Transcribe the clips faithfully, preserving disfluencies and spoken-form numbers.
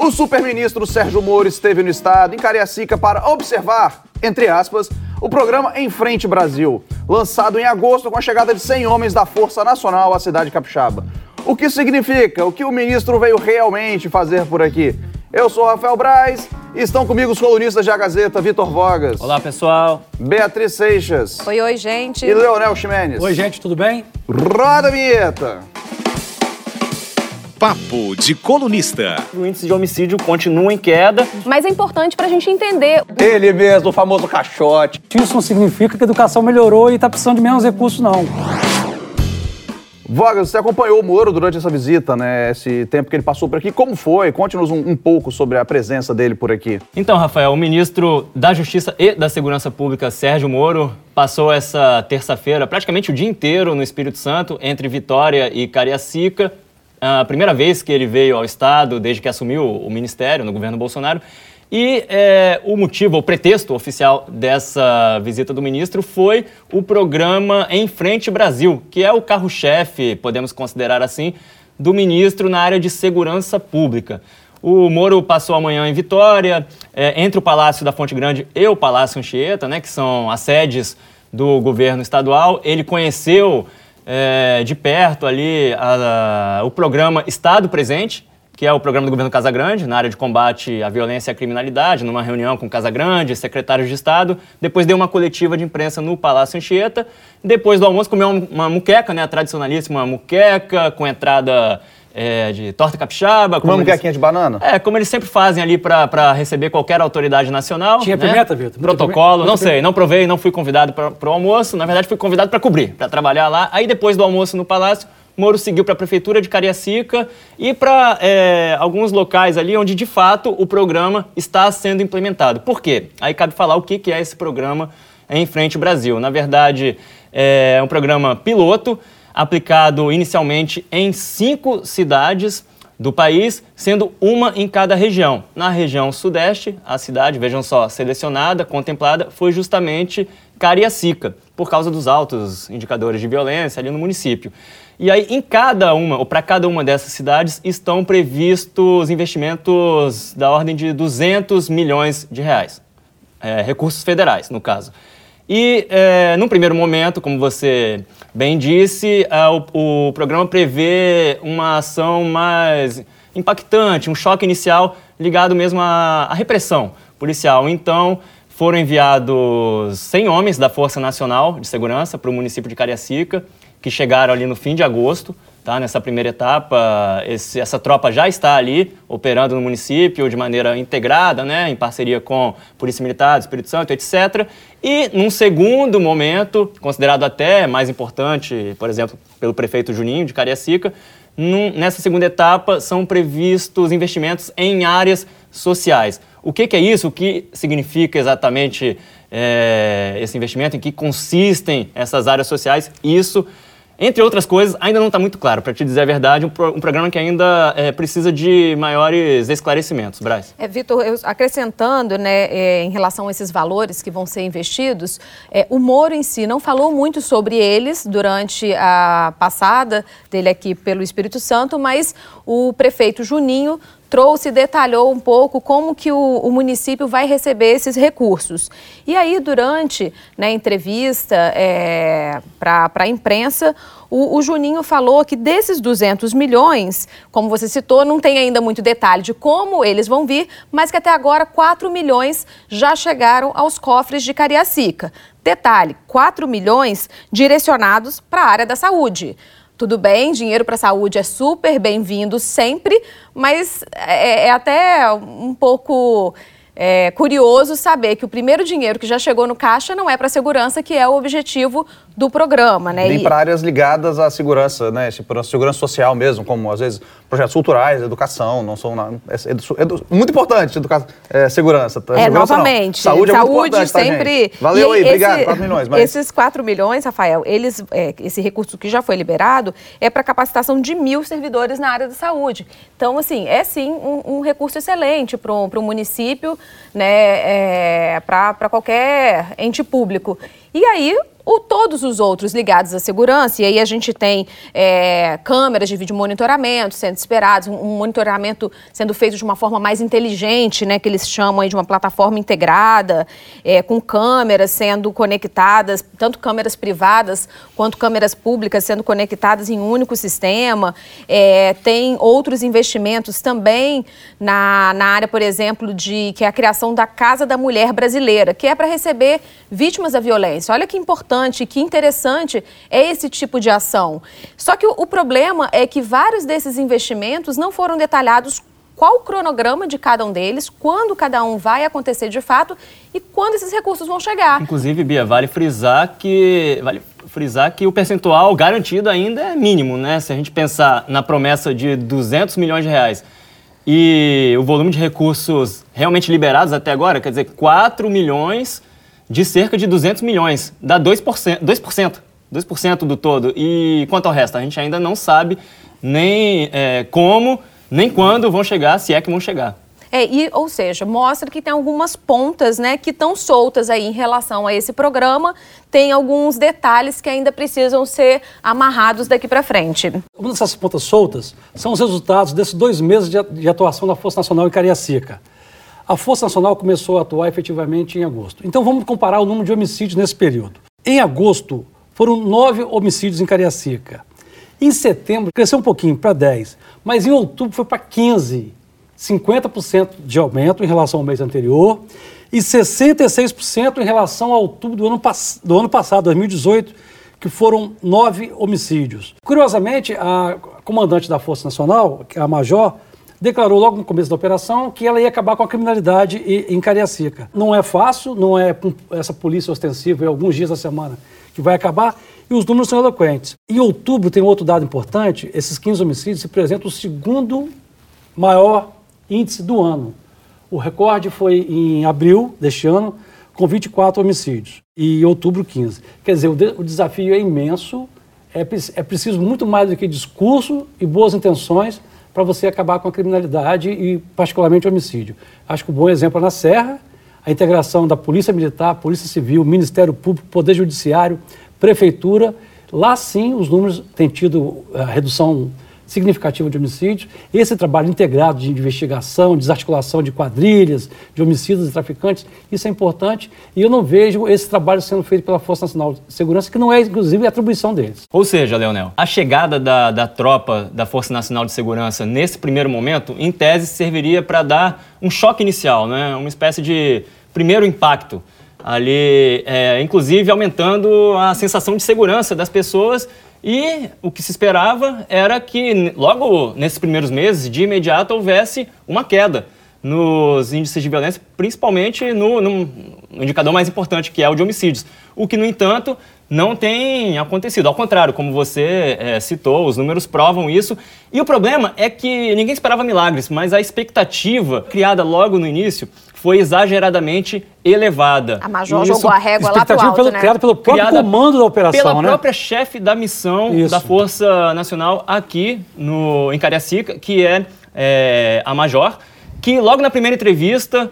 O superministro Sérgio Moro esteve no estado, em Cariacica, para observar, entre aspas, o programa Em Frente Brasil, lançado em agosto com a chegada de cem homens da Força Nacional à cidade capixaba. O que significa? O que o ministro veio realmente fazer por aqui? Eu sou Rafael Braz e estão comigo os colunistas da Gazeta, Vitor Vogas. Olá, pessoal. Beatriz Seixas. Oi, oi, gente. E Leonel Ximenes. Oi, gente, tudo bem? Roda a vinheta. Papo de colunista. O índice de homicídio continua em queda. Mas é importante pra gente entender. Ele mesmo, o famoso caixote. Isso não significa que a educação melhorou e tá precisando de menos recursos, não. Vogas, você acompanhou o Moro durante essa visita, né? Esse tempo que ele passou por aqui. Como foi? Conte-nos um, um pouco sobre a presença dele por aqui. Então, Rafael, o ministro da Justiça e da Segurança Pública, Sérgio Moro, passou essa terça-feira praticamente o dia inteiro no Espírito Santo, entre Vitória e Cariacica. A primeira vez que ele veio ao estado desde que assumiu o ministério no governo Bolsonaro. E é, o motivo, o pretexto oficial dessa visita do ministro foi o programa Em Frente Brasil, que é o carro-chefe, podemos considerar assim, do ministro na área de segurança pública. O Moro passou a manhã em Vitória, é, entre o Palácio da Fonte Grande e o Palácio Anchieta, né, que são as sedes do governo estadual. Ele conheceu É, de perto ali a, a, o programa Estado Presente, que é o programa do governo Casagrande, na área de combate à violência e à criminalidade, numa reunião com Casagrande, secretários de Estado. Depois deu uma coletiva de imprensa no Palácio Anchieta. Depois do almoço comeu uma, uma muqueca, né, a tradicionalíssima muqueca, com entrada é, de torta capixaba. Uma muquequinha de banana? É, como eles sempre fazem ali para receber qualquer autoridade nacional. Tinha né? pimenta, Vitor? Protocolo, Muita não pimenta. sei, não provei, não fui convidado para o almoço. Na verdade, fui convidado para cobrir, para trabalhar lá. Aí, depois do almoço no Palácio, Moro seguiu para a Prefeitura de Cariacica e para é, alguns locais ali onde, de fato, o programa está sendo implementado. Por quê? Aí cabe falar o que é esse programa Em Frente Brasil. Na verdade, é um programa piloto, aplicado inicialmente em cinco cidades do país, sendo uma em cada região. Na região sudeste, a cidade, vejam só, selecionada, contemplada, foi justamente Cariacica, por causa dos altos indicadores de violência ali no município. E aí, em cada uma, ou para cada uma dessas cidades, estão previstos investimentos da ordem de duzentos milhões de reais. É, recursos federais, no caso. E, é, num primeiro momento, como você bem disse, é, o, o programa prevê uma ação mais impactante, um choque inicial ligado mesmo à, à repressão policial. Então, foram enviados cem homens da Força Nacional de Segurança para o município de Cariacica, que chegaram ali no fim de agosto. Tá, nessa primeira etapa, esse, essa tropa já está ali, operando no município de maneira integrada, né, em parceria com Polícia Militar, Espírito Santo, etcétera. E, num segundo momento, considerado até mais importante, por exemplo, pelo prefeito Juninho de Cariacica, num, nessa segunda etapa são previstos investimentos em áreas sociais. O que, que é isso? O que significa exatamente é, esse investimento? Em que consistem essas áreas sociais? Isso, entre outras coisas, ainda não está muito claro. Para te dizer a verdade, um, pro, um programa que ainda é, precisa de maiores esclarecimentos. Braz. É, Vitor, eu, acrescentando, né, é, em relação a esses valores que vão ser investidos, é, o Moro em si não falou muito sobre eles durante a passada dele aqui pelo Espírito Santo, mas o prefeito Juninho trouxe e detalhou um pouco como que o, o município vai receber esses recursos. E aí, durante, né, a entrevista é, para a imprensa, o, o Juninho falou que desses duzentos milhões, como você citou, não tem ainda muito detalhe de como eles vão vir, mas que até agora quatro milhões já chegaram aos cofres de Cariacica. Detalhe, quatro milhões direcionados para a área da saúde. Tudo bem, dinheiro para a saúde é super bem-vindo sempre, mas é, é até um pouco é, curioso saber que o primeiro dinheiro que já chegou no caixa não é para a segurança, que é o objetivo do programa, né? Nem e... para áreas ligadas à segurança, né? Para a segurança social mesmo, como às vezes projetos culturais, educação, não são na... é, é, é muito importante educar, é, segurança. Tá? É, segurança, novamente. Não. Saúde é Saúde muito importante, sempre. Tá, valeu aí, esse, obrigado, quatro milhões. Mas... Esses quatro milhões, Rafael, eles, é, esse recurso que já foi liberado é para capacitação de mil servidores na área da saúde. Então, assim, é sim um, um recurso excelente para o município, né, é, para qualquer ente público. E aí, ou todos os outros ligados à segurança, e aí a gente tem é, câmeras de vídeo monitoramento sendo esperados, um, um monitoramento sendo feito de uma forma mais inteligente, né, que eles chamam aí de uma plataforma integrada, é, com câmeras sendo conectadas, tanto câmeras privadas quanto câmeras públicas sendo conectadas em um único sistema. É, tem outros investimentos também na, na área, por exemplo, de que é a criação da Casa da Mulher Brasileira, que é para receber vítimas da violência. Olha que importante, que interessante é esse tipo de ação. Só que o, o problema é que vários desses investimentos não foram detalhados qual o cronograma de cada um deles, quando cada um vai acontecer de fato e quando esses recursos vão chegar. Inclusive, Bia, vale frisar que, vale frisar que o percentual garantido ainda é mínimo, né? Se a gente pensar na promessa de duzentos milhões de reais e o volume de recursos realmente liberados até agora, quer dizer, quatro milhões de cerca de duzentos milhões, dá dois por cento, dois por cento, dois por cento do todo. E quanto ao resto, a gente ainda não sabe nem é, como, nem quando vão chegar, se é que vão chegar. É, e, ou seja, mostra que tem algumas pontas, né, que estão soltas aí em relação a esse programa, tem alguns detalhes que ainda precisam ser amarrados daqui para frente. Uma dessas pontas soltas são os resultados desses dois meses de, de atuação da Força Nacional em Cariacica. A Força Nacional começou a atuar efetivamente em agosto. Então vamos comparar o número de homicídios nesse período. Em agosto, foram nove homicídios em Cariacica. Em setembro, cresceu um pouquinho para dez, mas em outubro foi para quinze. cinquenta por cento de aumento em relação ao mês anterior e sessenta e seis por cento em relação ao outubro do ano, do ano passado, dois mil e dezoito, que foram nove homicídios. Curiosamente, a comandante da Força Nacional, que é a Major, declarou logo no começo da operação que ela ia acabar com a criminalidade em Cariacica. Não é fácil, não é essa polícia ostensiva, é alguns dias da semana que vai acabar, e os números são eloquentes. Em outubro tem outro dado importante, esses quinze homicídios representam o segundo maior índice do ano. O recorde foi em abril deste ano, com vinte e quatro homicídios, e em outubro quinze. Quer dizer, o, de, o desafio é imenso, é, é preciso muito mais do que discurso e boas intenções para você acabar com a criminalidade e, particularmente, o homicídio. Acho que um bom exemplo é na Serra, a integração da Polícia Militar, Polícia Civil, Ministério Público, Poder Judiciário, Prefeitura. Lá, sim, os números têm tido a redução significativa de homicídios. Esse trabalho integrado de investigação, desarticulação de quadrilhas, de homicidas e traficantes, isso é importante e eu não vejo esse trabalho sendo feito pela Força Nacional de Segurança, que não é, inclusive, a atribuição deles. Ou seja, Leonel, a chegada da, da tropa da Força Nacional de Segurança nesse primeiro momento, em tese, serviria para dar um choque inicial, né? Uma espécie de primeiro impacto ali, é, inclusive aumentando a sensação de segurança das pessoas. E o que se esperava era que, logo nesses primeiros meses, de imediato, houvesse uma queda nos índices de violência, principalmente no, no, no indicador mais importante, que é o de homicídios. O que, no entanto, não tem acontecido. Ao contrário, como você é, citou, os números provam isso. E o problema é que ninguém esperava milagres, mas a expectativa criada logo no início foi exageradamente elevada. A Major isso, jogou a régua lá pro alto, pelo, né? Criada pelo próprio criada comando da operação, pela né? própria chefe da missão isso. da Força Nacional aqui no, em Cariacica, que é, é a Major, que logo na primeira entrevista,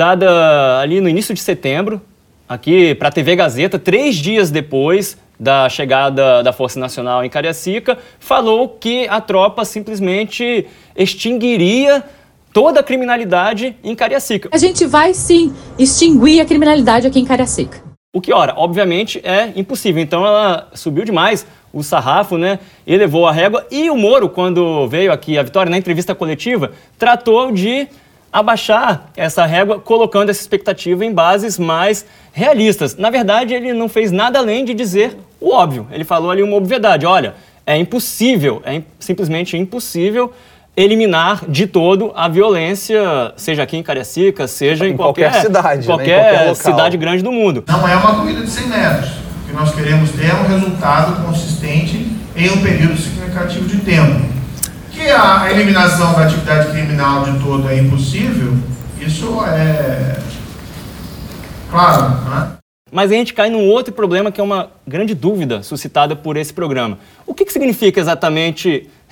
dada ali no início de setembro, aqui para a T V Gazeta, três dias depois da chegada da Força Nacional em Cariacica, falou que a tropa simplesmente extinguiria toda a criminalidade em Cariacica. A gente vai, sim, extinguir a criminalidade aqui em Cariacica. O que, ora, obviamente é impossível. Então ela subiu demais o sarrafo, né? Elevou a régua. E o Moro, quando veio aqui a Vitória, na entrevista coletiva, tratou de abaixar essa régua, colocando essa expectativa em bases mais realistas. Na verdade, ele não fez nada além de dizer o óbvio. Ele falou ali uma obviedade. Olha, é impossível, é simplesmente impossível eliminar de todo a violência, seja aqui em Cariacica, seja em, em qualquer, qualquer cidade, qualquer, né? Em qualquer cidade grande do mundo. Não é uma corrida de cem metros. O que nós queremos ter é um resultado consistente em um período significativo de tempo. Que a eliminação da atividade criminal de todo é impossível, isso é claro, né? Mas a gente cai num outro problema que é uma grande dúvida suscitada por esse programa. O que, que significa exatamente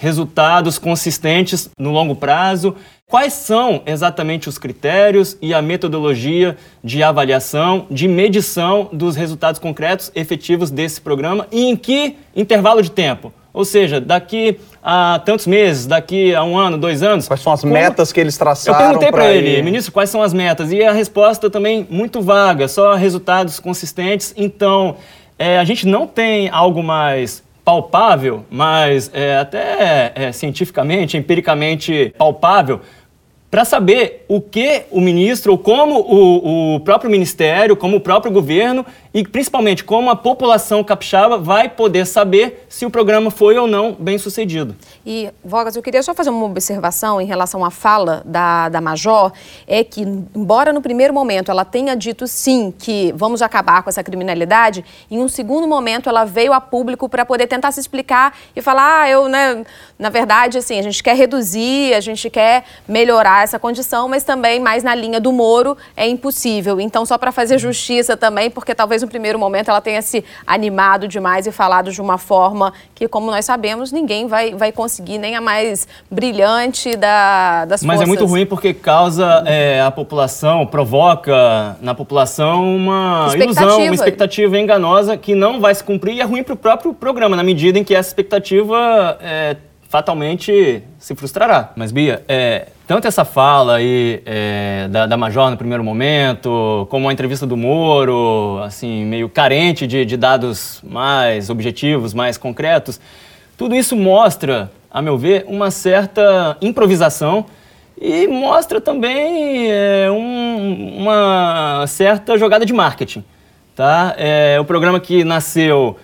resultados consistentes no longo prazo. Quais são exatamente os critérios e a metodologia de avaliação, de medição dos resultados concretos efetivos desse programa e em que intervalo de tempo? Ou seja, daqui a tantos meses, daqui a um ano, dois anos... Quais são as como... metas que eles traçaram? Eu perguntei para ele, ele, ministro, quais são as metas? E a resposta também muito vaga, só resultados consistentes. Então, é, a gente não tem algo mais palpável, mas é, até é, cientificamente, empiricamente palpável, para saber o que o ministro, ou como o, o próprio ministério, como o próprio governo e principalmente como a população capixaba vai poder saber se o programa foi ou não bem sucedido. E, Vogas, eu queria só fazer uma observação em relação à fala da, da Major, é que, embora no primeiro momento ela tenha dito sim que vamos acabar com essa criminalidade, em um segundo momento ela veio a público para poder tentar se explicar e falar, ah, eu, né, na verdade, assim, a gente quer reduzir, a gente quer melhorar essa condição, mas também mais na linha do Moro é impossível. Então, só para fazer justiça também, porque talvez no primeiro momento ela tenha se animado demais e falado de uma forma que, como nós sabemos, ninguém vai, vai conseguir, nem a mais brilhante da, das Mas forças. é muito ruim porque causa é, a população, provoca na população uma ilusão, uma expectativa enganosa que não vai se cumprir e é ruim para o próprio programa, na medida em que essa expectativa é, fatalmente se frustrará. Mas, Bia, é, tanto essa fala aí é, da, da Major no primeiro momento, como a entrevista do Moro, assim, meio carente de, de dados mais objetivos, mais concretos, tudo isso mostra, a meu ver, uma certa improvisação e mostra também é, um, uma certa jogada de marketing. Tá? É, o programa que nasceu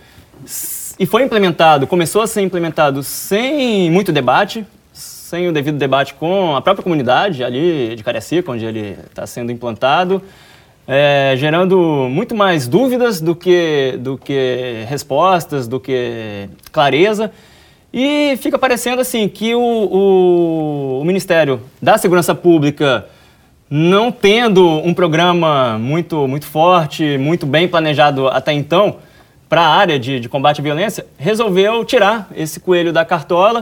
e foi implementado, começou a ser implementado sem muito debate, sem o devido debate com a própria comunidade ali de Cariacica, onde ele está sendo implantado, é, gerando muito mais dúvidas do que, do que respostas, do que clareza. E fica parecendo assim que o, o, o Ministério da Segurança Pública, não tendo um programa muito, muito forte, muito bem planejado até então, para a área de, de combate à violência, resolveu tirar esse coelho da cartola,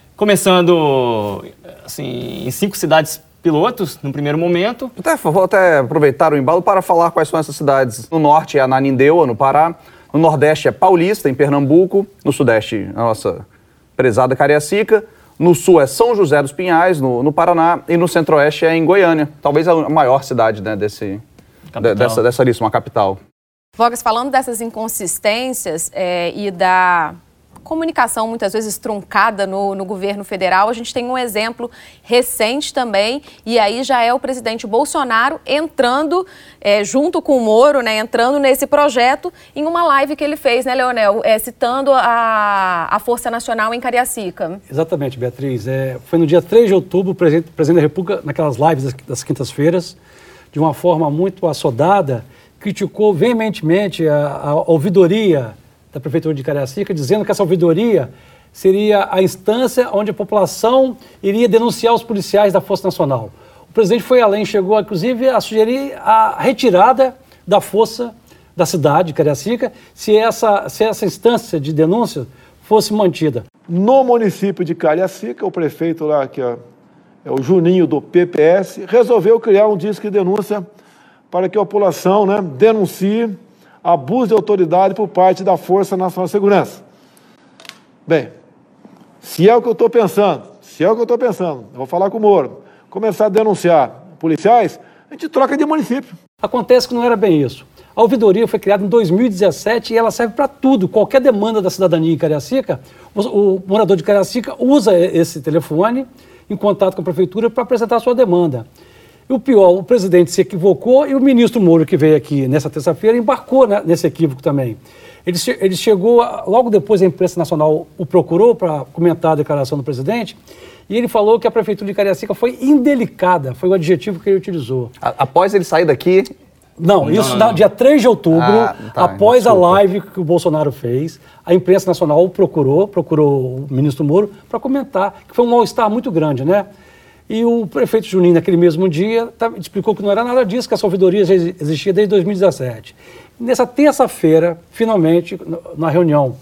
começando assim, em cinco cidades pilotos, no primeiro momento. Até, vou até aproveitar o embalo para falar quais são essas cidades. No norte é Ananindeua, no Pará. No nordeste é Paulista, em Pernambuco. No sudeste, a nossa prezada Cariacica. No sul é São José dos Pinhais, no, no Paraná. E no centro-oeste é em Goiânia. Talvez a maior cidade, né, desse, de, dessa, dessa lista, uma capital. Vogas, falando dessas inconsistências é, e da comunicação muitas vezes truncada no, no governo federal, a gente tem um exemplo recente também, e aí já é o presidente Bolsonaro entrando, é, junto com o Moro, né, entrando nesse projeto em uma live que ele fez, né, Leonel, é, citando a, a Força Nacional em Cariacica. Exatamente, Beatriz. É, foi no dia três de outubro, o presidente, o presidente da República, naquelas lives das, das quintas-feiras, de uma forma muito assodada, criticou veementemente a, a ouvidoria da Prefeitura de Cariacica, dizendo que essa ouvidoria seria a instância onde a população iria denunciar os policiais da Força Nacional. O presidente foi além, chegou inclusive a sugerir a retirada da força da cidade de Cariacica, se essa, se essa instância de denúncia fosse mantida. No município de Cariacica, o prefeito lá, que é, é o Juninho do P P S, resolveu criar um disque de denúncia para que a população, né, denuncie abuso de autoridade por parte da Força Nacional de Segurança. Bem, se é o que eu estou pensando, se é o que eu estou pensando, eu vou falar com o Moro, começar a denunciar policiais, a gente troca de município. Acontece que não era bem isso. A ouvidoria foi criada em dois mil e dezessete e ela serve para tudo. Qualquer demanda da cidadania em Cariacica, o, o morador de Cariacica usa esse telefone em contato com a prefeitura para apresentar a sua demanda. E o pior, o presidente se equivocou e o ministro Moro, que veio aqui nessa terça-feira, embarcou né, nesse equívoco também. Ele, ele chegou, logo depois a imprensa nacional o procurou para comentar a declaração do presidente, e ele falou que a prefeitura de Cariacica foi indelicada, foi o adjetivo que ele utilizou. A, após ele sair daqui... Não, isso no dia três de outubro, ah, tá, após desculpa. a live que o Bolsonaro fez, a imprensa nacional o procurou, procurou o ministro Moro para comentar, que foi um mal-estar muito grande, né? E o prefeito Juninho, naquele mesmo dia, tá, explicou que não era nada disso, que essa ouvidoria já existia desde dois mil e dezessete. Nessa terça-feira, finalmente, na reunião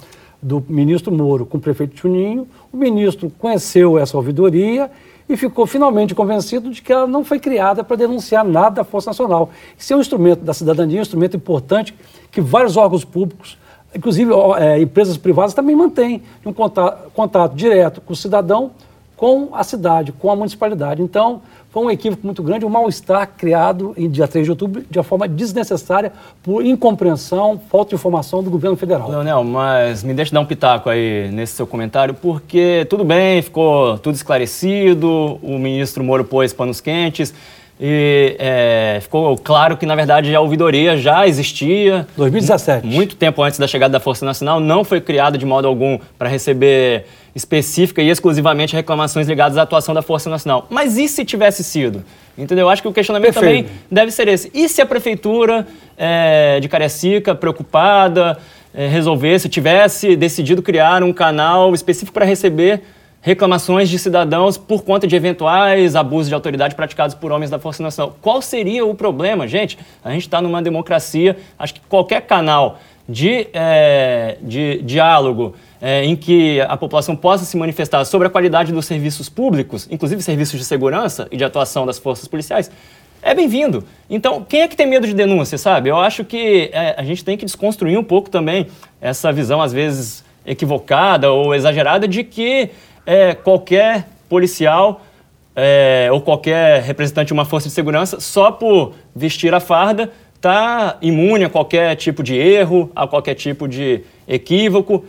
do ministro Moro com o prefeito Juninho. O ministro conheceu essa ouvidoria e ficou finalmente convencido de que ela não foi criada para denunciar nada da Força Nacional. Isso é um instrumento da cidadania, um instrumento importante que vários órgãos públicos, inclusive é, empresas privadas, também mantêm um contato, contato direto com o cidadão, com a cidade, com a municipalidade. Então, foi um equívoco muito grande, um mal-estar criado em dia três de outubro de uma forma desnecessária por incompreensão, falta de informação do governo federal. Leonel, mas me deixa dar um pitaco aí nesse seu comentário, porque tudo bem, ficou tudo esclarecido, o ministro Moro pôs panos quentes e é, ficou claro que, na verdade, a ouvidoria já existia. dois mil e dezessete. Muito tempo antes da chegada da Força Nacional, não foi criada de modo algum para receber específica e exclusivamente reclamações ligadas à atuação da Força Nacional. Mas e se tivesse sido? Entendeu? Acho que o questionamento Perfeito. também deve ser esse. E se a Prefeitura é, de Cariacica, preocupada, é, resolvesse, tivesse decidido criar um canal específico para receber reclamações de cidadãos por conta de eventuais abusos de autoridade praticados por homens da Força Nacional? Qual seria o problema, gente? A gente está numa democracia, acho que qualquer canal de, é, de diálogo É, em que a população possa se manifestar sobre a qualidade dos serviços públicos, inclusive serviços de segurança e de atuação das forças policiais, é bem-vindo. Então, quem é que tem medo de denúncia, sabe? Eu acho que é, a gente tem que desconstruir um pouco também essa visão, às vezes, equivocada ou exagerada de que é, qualquer policial é, ou qualquer representante de uma força de segurança, só por vestir a farda, está imune a qualquer tipo de erro, a qualquer tipo de equívoco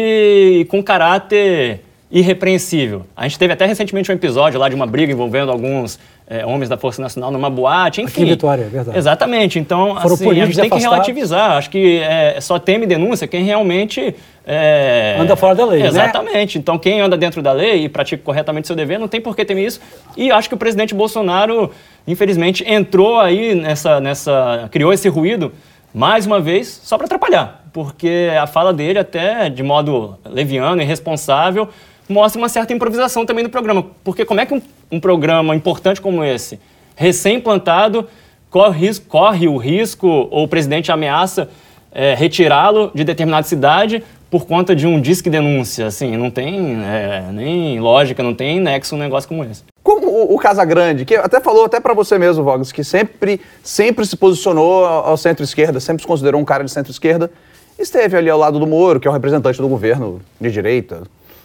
e com caráter irrepreensível. A gente teve até recentemente um episódio lá de uma briga envolvendo alguns é, homens da Força Nacional numa boate, enfim. Aqui em Vitória, é verdade. Exatamente. Então, assim, a gente tem que relativizar. Acho que é, só teme denúncia quem realmente... É... anda fora da lei, Exatamente. né? Então, quem anda dentro da lei e pratica corretamente seu dever, não tem por que temer isso. E acho que o presidente Bolsonaro, infelizmente, entrou aí nessa... nessa criou esse ruído, mais uma vez, só para atrapalhar. Porque a fala dele, até de modo leviano e irresponsável, mostra uma certa improvisação também no programa. Porque como é que um, um programa importante como esse, recém-implantado, corre, corre o risco, ou o presidente ameaça é, retirá-lo de determinada cidade por conta de um disque denúncia? Assim, não tem é, nem lógica, não tem nexo um negócio como esse. Como o, o Casagrande, que até falou até para você mesmo, Vogas, que sempre, sempre se posicionou ao centro-esquerda, sempre se considerou um cara de centro-esquerda, esteve ali ao lado do Moro, que é o representante do governo de direita,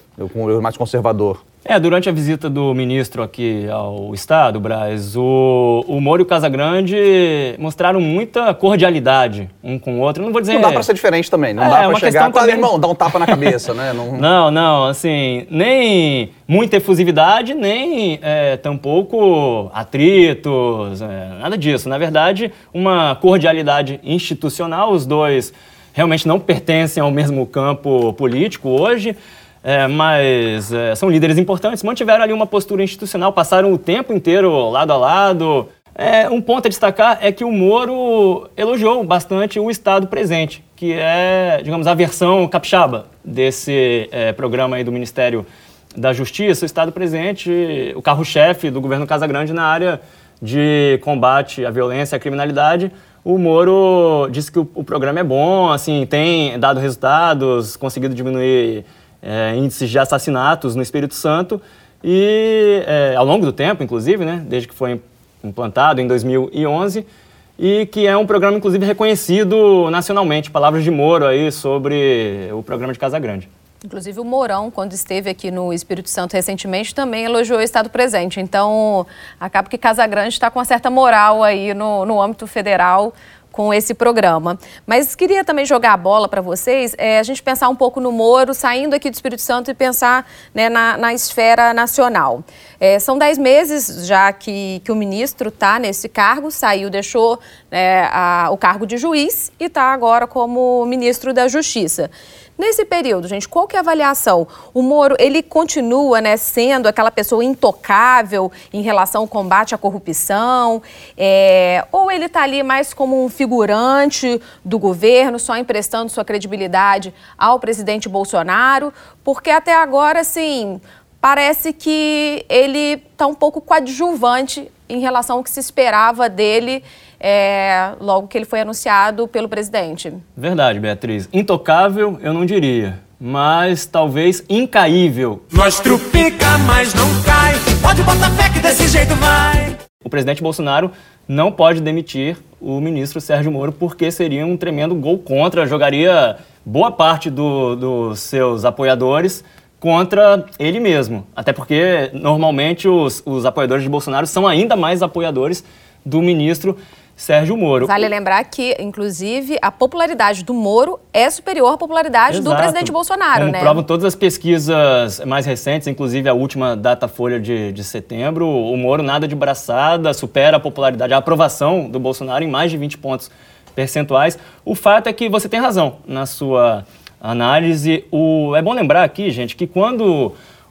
o mais conservador. É, durante a visita do ministro aqui ao Estado, Braz, o, o Moro e o Casagrande mostraram muita cordialidade um com o outro. Não vou dizer... Não dá pra ser diferente também, não é, dá pra uma chegar, também... irmão, dá um tapa na cabeça, né? Não... não, não, assim, nem muita efusividade, nem é, tampouco atritos, é, nada disso. Na verdade, uma cordialidade institucional, os dois realmente não pertencem ao mesmo campo político hoje, É, mas é, são líderes importantes, mantiveram ali uma postura institucional, passaram o tempo inteiro lado a lado. É, um ponto a destacar é que o Moro elogiou bastante o Estado presente, que é, digamos, a versão capixaba desse é, programa aí do Ministério da Justiça, o Estado presente, o carro-chefe do governo Casagrande na área de combate à violência e à criminalidade. O Moro disse que o, o programa é bom, assim, tem dado resultados, conseguido diminuir É, índices de assassinatos no Espírito Santo e é, ao longo do tempo, inclusive, né, desde que foi implantado em dois mil e onze, e que é um programa, inclusive, reconhecido nacionalmente. Palavras de Moro aí sobre o programa de Casagrande. Inclusive o Mourão, quando esteve aqui no Espírito Santo recentemente, também elogiou o Estado presente. Então, acaba que Casagrande está com uma certa moral aí no, no âmbito federal com esse programa. Mas queria também jogar a bola para vocês, é, a gente pensar um pouco no Moro, saindo aqui do Espírito Santo e pensar, né, na, na esfera nacional. É, são dez meses já que, que o ministro está nesse cargo, saiu, deixou é, a, o cargo de juiz e está agora como ministro da Justiça. Nesse período, gente, qual que é a avaliação? O Moro, ele continua, né, sendo aquela pessoa intocável em relação ao combate à corrupção? É, ou ele está ali mais como um figurante do governo, só emprestando sua credibilidade ao presidente Bolsonaro? Porque até agora, assim, parece que ele está um pouco coadjuvante em relação ao que se esperava dele É, logo que ele foi anunciado pelo presidente. Verdade, Beatriz. Intocável, eu não diria. mas talvez incaível. Nós trupica, mas não cai. Pode botar fé que desse jeito vai. O presidente Bolsonaro não pode demitir o ministro Sérgio Moro porque seria um tremendo gol contra, jogaria boa parte do, dos seus apoiadores contra ele mesmo. Até porque, normalmente, os, os apoiadores de Bolsonaro são ainda mais apoiadores do ministro Sérgio Moro. Vale lembrar que, inclusive, a popularidade do Moro é superior à popularidade Exato. do presidente Bolsonaro, Como né? provam todas as pesquisas mais recentes, inclusive a última Datafolha de, de setembro, o Moro nada de braçada, supera a popularidade, a aprovação do Bolsonaro em mais de vinte pontos percentuais. O fato é que você tem razão na sua análise. O, é bom lembrar aqui, gente, que quando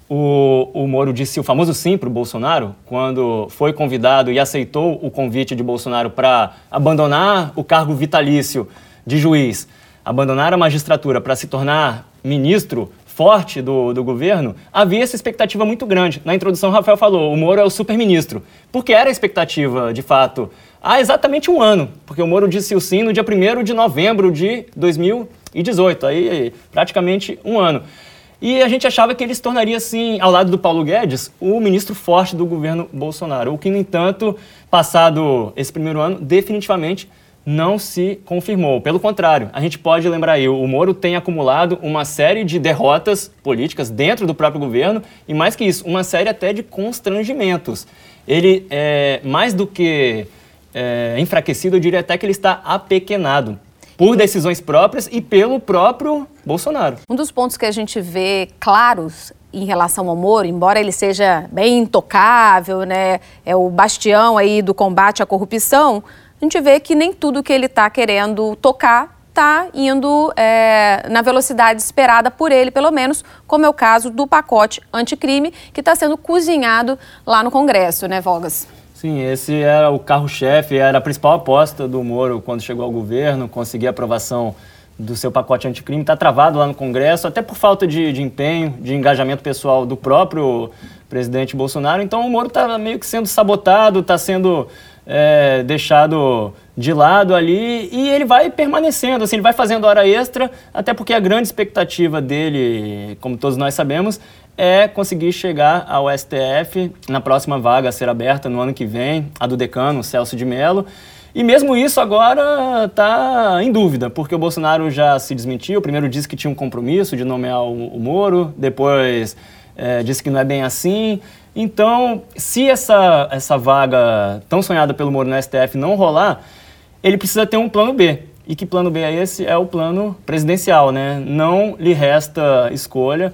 O, o Moro disse o famoso sim para o Bolsonaro, quando foi convidado e aceitou o convite de Bolsonaro para abandonar o cargo vitalício de juiz, abandonar a magistratura para se tornar ministro forte do, do governo, havia essa expectativa muito grande. Na introdução, o Rafael falou, o Moro é o superministro, porque era a expectativa, de fato, há exatamente um ano, porque o Moro disse o sim no dia primeiro de novembro de dois mil e dezoito, aí praticamente um ano. E a gente achava que ele se tornaria, assim, ao lado do Paulo Guedes, o ministro forte do governo Bolsonaro. O que, no entanto, passado esse primeiro ano, definitivamente não se confirmou. Pelo contrário, a gente pode lembrar aí, o Moro tem acumulado uma série de derrotas políticas dentro do próprio governo e, mais que isso, uma série até de constrangimentos. Ele, é, mais do que é, enfraquecido, eu diria até que ele está apequenado por decisões próprias e pelo próprio Bolsonaro. Um dos pontos que a gente vê claros em relação ao Moro, embora ele seja bem intocável, né, é o bastião aí do combate à corrupção, a gente vê que nem tudo que ele está querendo tocar está indo é, na velocidade esperada por ele, pelo menos, como é o caso do pacote anticrime, que está sendo cozinhado lá no Congresso, né, Vogas? Sim, esse era o carro-chefe, era a principal aposta do Moro quando chegou ao governo, conseguir a aprovação do seu pacote anticrime. Está travado lá no Congresso, até por falta de, de empenho, de engajamento pessoal do próprio presidente Bolsonaro. Então o Moro está meio que sendo sabotado, está sendo é, deixado de lado ali e ele vai permanecendo, assim, ele vai fazendo hora extra, até porque a grande expectativa dele, como todos nós sabemos, é conseguir chegar ao S T F na próxima vaga a ser aberta no ano que vem, a do decano, Celso de Mello. E mesmo isso agora está em dúvida, porque o Bolsonaro já se desmentiu. Primeiro disse que tinha um compromisso de nomear o, o Moro, depois é, disse que não é bem assim. Então, se essa, essa vaga tão sonhada pelo Moro no S T F não rolar, ele precisa ter um plano B. E que plano B é esse? É o plano presidencial, né? Não lhe resta escolha,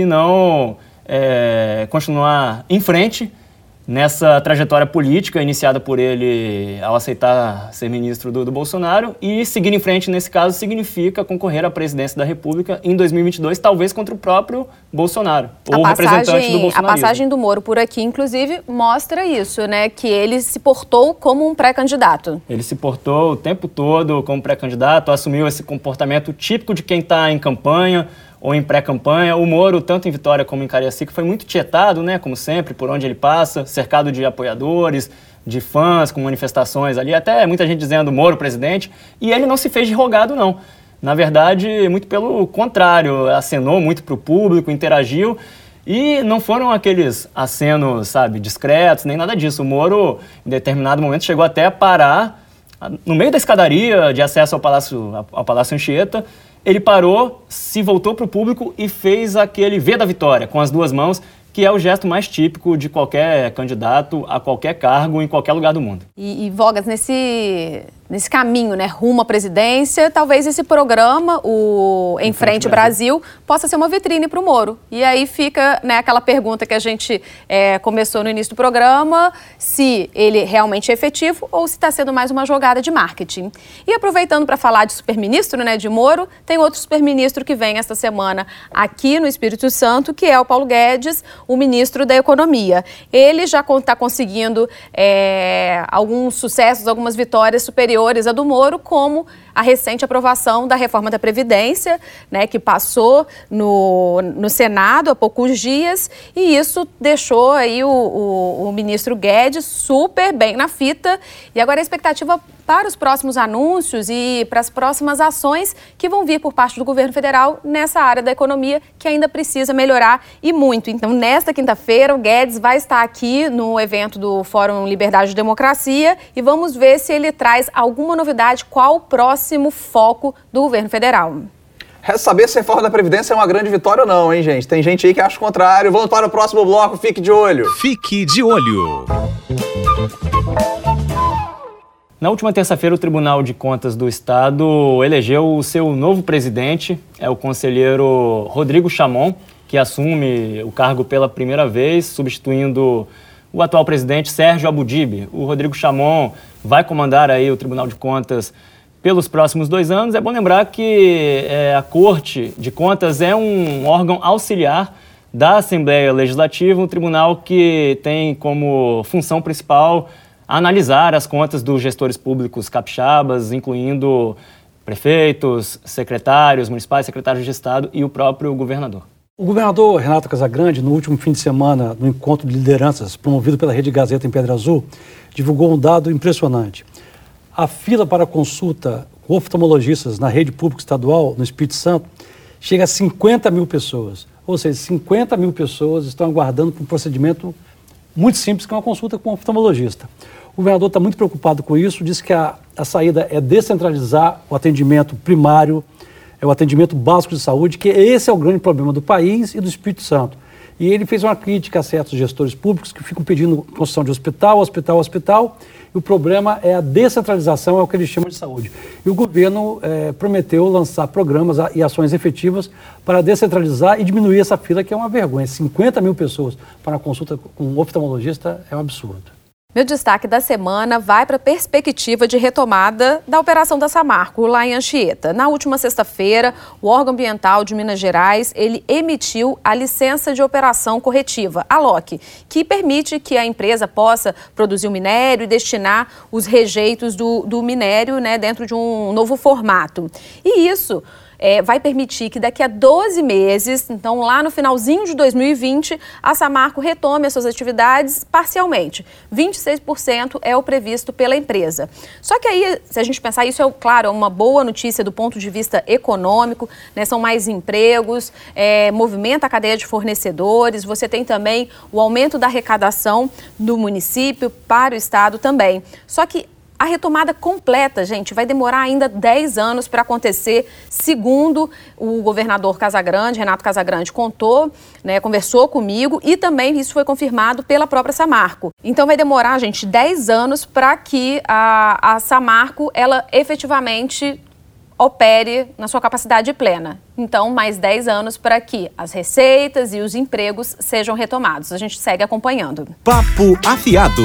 senão é, continuar em frente nessa trajetória política iniciada por ele ao aceitar ser ministro do, do Bolsonaro e seguir em frente, nesse caso, significa concorrer à presidência da República em dois mil e vinte e dois, talvez contra o próprio Bolsonaro, ou representante do bolsonarismo. A passagem do Moro por aqui, inclusive, mostra isso, né? Que ele se portou como um pré-candidato. Ele se portou o tempo todo como pré-candidato, assumiu esse comportamento típico de quem está em campanha ou em pré-campanha. O Moro, tanto em Vitória como em Cariacica, foi muito tietado, né, como sempre, por onde ele passa, cercado de apoiadores, de fãs, com manifestações ali, até muita gente dizendo Moro presidente, e ele não se fez de rogado, não. Na verdade, muito pelo contrário, acenou muito para o público, interagiu, e não foram aqueles acenos, sabe, discretos, nem nada disso. O Moro, em determinado momento, chegou até a parar no meio da escadaria de acesso ao Palácio, ao Palácio Anchieta. Ele parou, se voltou para o público e fez aquele V da vitória com as duas mãos, que é o gesto mais típico de qualquer candidato a qualquer cargo em qualquer lugar do mundo. E, e Vogas, nesse, nesse caminho, né, rumo à presidência, talvez esse programa, o Em Frente Brasil, Brasil possa ser uma vitrine para o Moro. E aí fica, né, aquela pergunta que a gente é, começou no início do programa, se ele realmente é efetivo ou se está sendo mais uma jogada de marketing. E aproveitando para falar de superministro, né, de Moro, tem outro superministro que vem esta semana aqui no Espírito Santo, que é o Paulo Guedes, o ministro da Economia. Ele já está conseguindo é, alguns sucessos, algumas vitórias superiores à do Moro, como a recente aprovação da reforma da Previdência, né, que passou no, no Senado há poucos dias, e isso deixou aí o, o, o ministro Guedes super bem na fita. E agora a expectativa para os próximos anúncios e para as próximas ações que vão vir por parte do governo federal nessa área da economia que ainda precisa melhorar e muito. Então, nesta quinta-feira, o Guedes vai estar aqui no evento do Fórum Liberdade e Democracia e vamos ver se ele traz alguma novidade, qual o próximo foco do governo federal. Resta saber se a reforma da Previdência é uma grande vitória ou não, hein, gente? Tem gente aí que acha o contrário. Vamos para o próximo bloco. Fique de olho. Fique de olho. Na última terça-feira, o Tribunal de Contas do Estado elegeu o seu novo presidente, é o conselheiro Rodrigo Chamon, que assume o cargo pela primeira vez, substituindo o atual presidente Sérgio Abudib. O Rodrigo Chamon vai comandar aí o Tribunal de Contas pelos próximos dois anos. É bom lembrar que é, a Corte de Contas é um órgão auxiliar da Assembleia Legislativa, um tribunal que tem como função principal analisar as contas dos gestores públicos capixabas, incluindo prefeitos, secretários municipais, secretários de Estado e o próprio governador. O governador Renato Casagrande, no último fim de semana, no encontro de lideranças promovido pela Rede Gazeta em Pedra Azul, divulgou um dado impressionante. A fila para consulta com oftalmologistas na rede pública estadual, no Espírito Santo, chega a cinquenta mil pessoas. Ou seja, cinquenta mil pessoas estão aguardando por um procedimento muito simples, que é uma consulta com um oftalmologista. O governador está muito preocupado com isso, diz que a, a saída é descentralizar o atendimento primário, é o atendimento básico de saúde, que esse é o grande problema do país e do Espírito Santo. E ele fez uma crítica a certos gestores públicos que ficam pedindo construção de hospital, hospital, hospital, e o problema é a descentralização, é o que eles chamam de saúde. E o governo é, prometeu lançar programas e ações efetivas para descentralizar e diminuir essa fila, que é uma vergonha. cinquenta mil pessoas para uma consulta com um oftalmologista é um absurdo. Meu destaque da semana vai para a perspectiva de retomada da operação da Samarco, lá em Anchieta. Na última sexta-feira, o órgão ambiental de Minas Gerais, ele emitiu a licença de operação corretiva, a L O C, que permite que a empresa possa produzir o minério e destinar os rejeitos do, do minério, né, dentro de um novo formato. E isso É, vai permitir que daqui a doze meses, então lá no finalzinho de dois mil e vinte, a Samarco retome as suas atividades parcialmente. vinte e seis por cento é o previsto pela empresa. Só que aí, se a gente pensar, isso é, claro, é uma boa notícia do ponto de vista econômico, né? São mais empregos, é, movimenta a cadeia de fornecedores, você tem também o aumento da arrecadação do município para o estado também. Só que a retomada completa, gente, vai demorar ainda dez anos para acontecer, segundo o governador Casagrande, Renato Casagrande, contou, né, conversou comigo e também isso foi confirmado pela própria Samarco. Então vai demorar, gente, dez anos para que a, a Samarco, ela efetivamente opere na sua capacidade plena. Então, mais dez anos para que as receitas e os empregos sejam retomados. A gente segue acompanhando. Papo Afiado.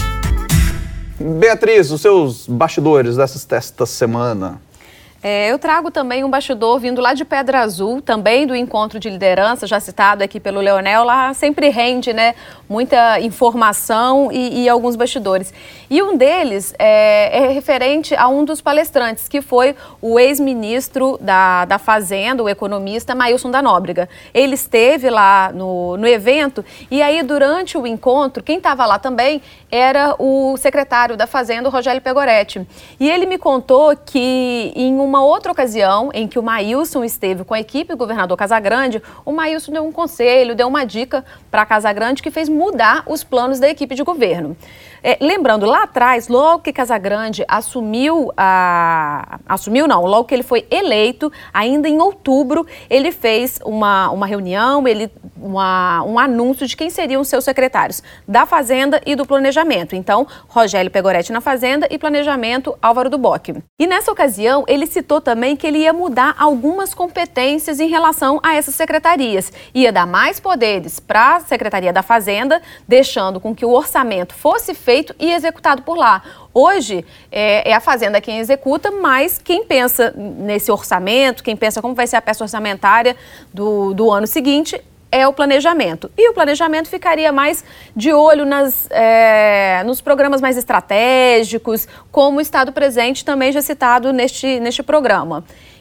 Beatriz, os seus bastidores dessas, desta semana. É, eu trago também um bastidor vindo lá de Pedra Azul, também do encontro de liderança, já citado aqui pelo Leonel. Lá sempre rende, né, muita informação e, e alguns bastidores. E um deles é, é referente a um dos palestrantes, que foi o ex-ministro da, da Fazenda, o economista Maílson da Nóbrega. Ele esteve lá no, no evento e aí, durante o encontro, quem estava lá também era o secretário da Fazenda, o Rogério Pegoretti. E ele me contou que em um uma outra ocasião em que o Maílson esteve com a equipe do governador Casagrande, o Maílson deu um conselho, deu uma dica para Casagrande que fez mudar os planos da equipe de governo. É, lembrando, lá atrás, logo que Casagrande assumiu, a, assumiu não, logo que ele foi eleito, ainda em outubro, ele fez uma, uma reunião, ele, uma, um anúncio de quem seriam os seus secretários da Fazenda e do Planejamento. Então, Rogério Pegoretti na Fazenda e Planejamento, Álvaro do Bock. E nessa ocasião, ele citou também que ele ia mudar algumas competências em relação a essas secretarias. Ia dar mais poderes para a Secretaria da Fazenda, deixando com que o orçamento fosse feito feito e executado por lá. Hoje é, é a Fazenda quem executa, mas quem pensa nesse orçamento, quem pensa como vai ser a peça orçamentária do, do ano seguinte, é o planejamento. E o planejamento ficaria mais de olho nas, é, nos programas mais estratégicos, como o Estado Presente também já citado neste, neste programa.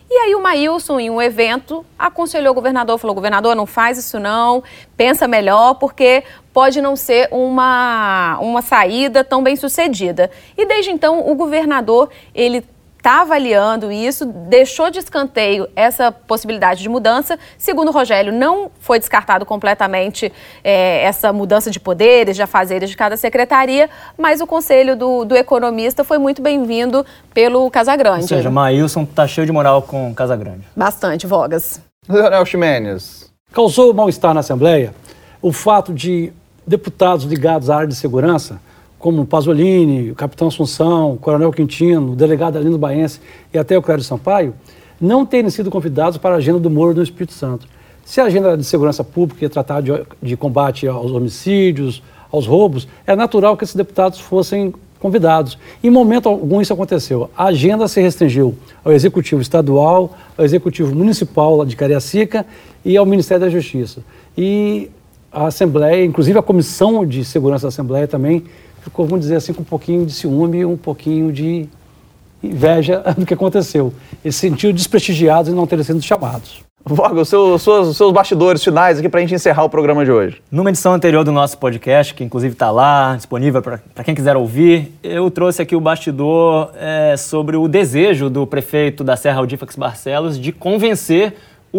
E aí o Maílson, em um evento, aconselhou o governador, falou, governador, não faz isso não, pensa melhor, porque pode não ser uma, uma saída tão bem sucedida. E desde então, o governador, ele está avaliando isso, deixou de escanteio essa possibilidade de mudança. Segundo o Rogério, não foi descartado completamente é, essa mudança de poderes, de afazeres de cada secretaria, mas o conselho do, do economista foi muito bem-vindo pelo Casagrande. Ou seja, Maílson está cheio de moral com Casagrande. Bastante, Vogas. Leonel Ximenes. Causou mal-estar na Assembleia o fato de deputados ligados à área de segurança, como o Pasolini, o Capitão Assunção, o Coronel Quintino, o delegado Arlindo Baense e até o Clério Sampaio, não terem sido convidados para a agenda do Moro no Espírito Santo. Se a agenda de segurança pública ia tratar de, de combate aos homicídios, aos roubos, é natural que esses deputados fossem convidados. Em momento algum isso aconteceu. A agenda se restringiu ao Executivo Estadual, ao Executivo Municipal de Cariacica e ao Ministério da Justiça. E a Assembleia, inclusive a Comissão de Segurança da Assembleia também, ficou, vamos dizer assim, com um pouquinho de ciúme, um pouquinho de inveja do que aconteceu. Eles se sentiram desprestigiados e não terem sido chamados. Voga, os seus, seus, seus bastidores finais aqui para a gente encerrar o programa de hoje. Numa edição anterior do nosso podcast, que inclusive está lá, disponível para quem quiser ouvir, eu trouxe aqui o bastidor é, sobre o desejo do prefeito da Serra, Aldífax Barcelos, de convencer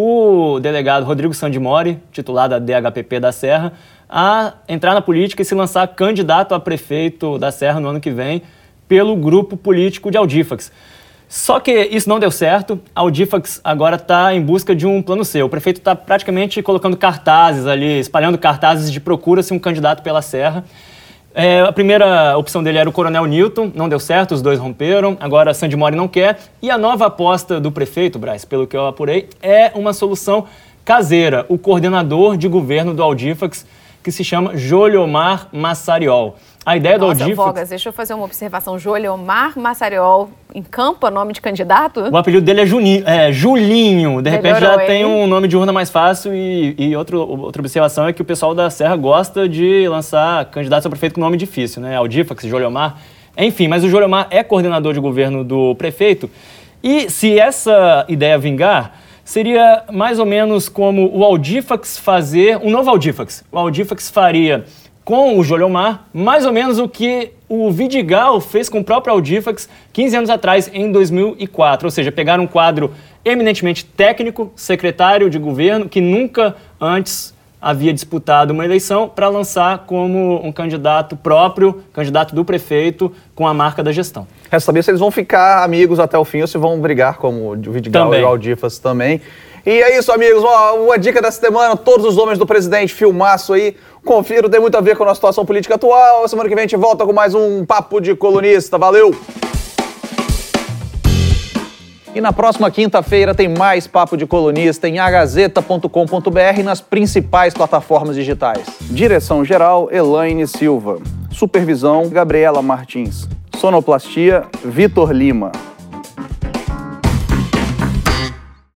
o delegado Rodrigo Sandimori, titular da D H P P da Serra, a entrar na política e se lançar candidato a prefeito da Serra no ano que vem pelo grupo político de Aldífax. Só que isso não deu certo, a Aldífax agora está em busca de um plano C. O prefeito está praticamente colocando cartazes ali, espalhando cartazes de procura-se um candidato pela Serra. É, a primeira opção dele era o Coronel Newton, não deu certo, os dois romperam, agora Sandimori não quer. E a nova aposta do prefeito, Braz, pelo que eu apurei, é uma solução caseira, o coordenador de governo do Aldífax, que se chama Joliomar Massariol. A ideia Nossa, do Aldífax... Vogas, deixa eu fazer uma observação. Joliomar Massariol encampa nome de candidato? O apelido dele é, Juninho, é Julinho. De repente Melhorou, já tem hein? um nome de urna mais fácil. E, e outro, outra observação é que o pessoal da Serra gosta de lançar candidatos a prefeito com nome difícil, né? Aldífax, Joliomar. Enfim, mas o Joliomar é coordenador de governo do prefeito. E se essa ideia vingar, seria mais ou menos como o Aldífax fazer um novo Aldífax. O Aldífax faria com o Joliomar mais ou menos o que o Vidigal fez com o próprio Aldífax quinze anos atrás, em dois mil e quatro. Ou seja, pegar um quadro eminentemente técnico, secretário de governo, que nunca antes havia disputado uma eleição, para lançar como um candidato próprio, candidato do prefeito, com a marca da gestão. Resta saber se eles vão ficar amigos até o fim ou se vão brigar como o Vidigal Também. e o Aldífax também. E é isso, amigos. Uma, uma dica dessa semana, todos os homens do presidente, filmaço aí. Confiro, tem muito a ver com a nossa situação política atual. Semana que vem a gente volta com mais um Papo de Colunista. Valeu! E na próxima quinta-feira tem mais Papo de Colunista em a gazeta ponto com ponto b r e nas principais plataformas digitais. Direção-geral, Elaine Silva. Supervisão, Gabriela Martins. Sonoplastia, Vitor Lima.